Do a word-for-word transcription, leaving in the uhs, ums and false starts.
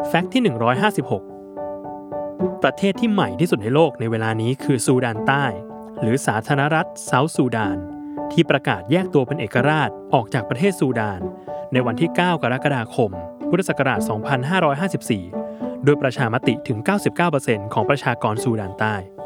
แฟกต์ที่หนึ่งร้อยห้าสิบหกประเทศที่ใหม่ที่สุดในโลกในเวลานี้คือซูดานใต้หรือสาธารณรัฐเซาท์ซูดานที่ประกาศแยกตัวเป็นเอกราชออกจากประเทศซูดานในวันที่เก้ากรกฎาคมพุทธศักราชสองพันห้าร้อยห้าสิบสี่โดยประชามติถึง เก้าสิบเก้าเปอร์เซ็นต์ ของประชากรซูดานใต้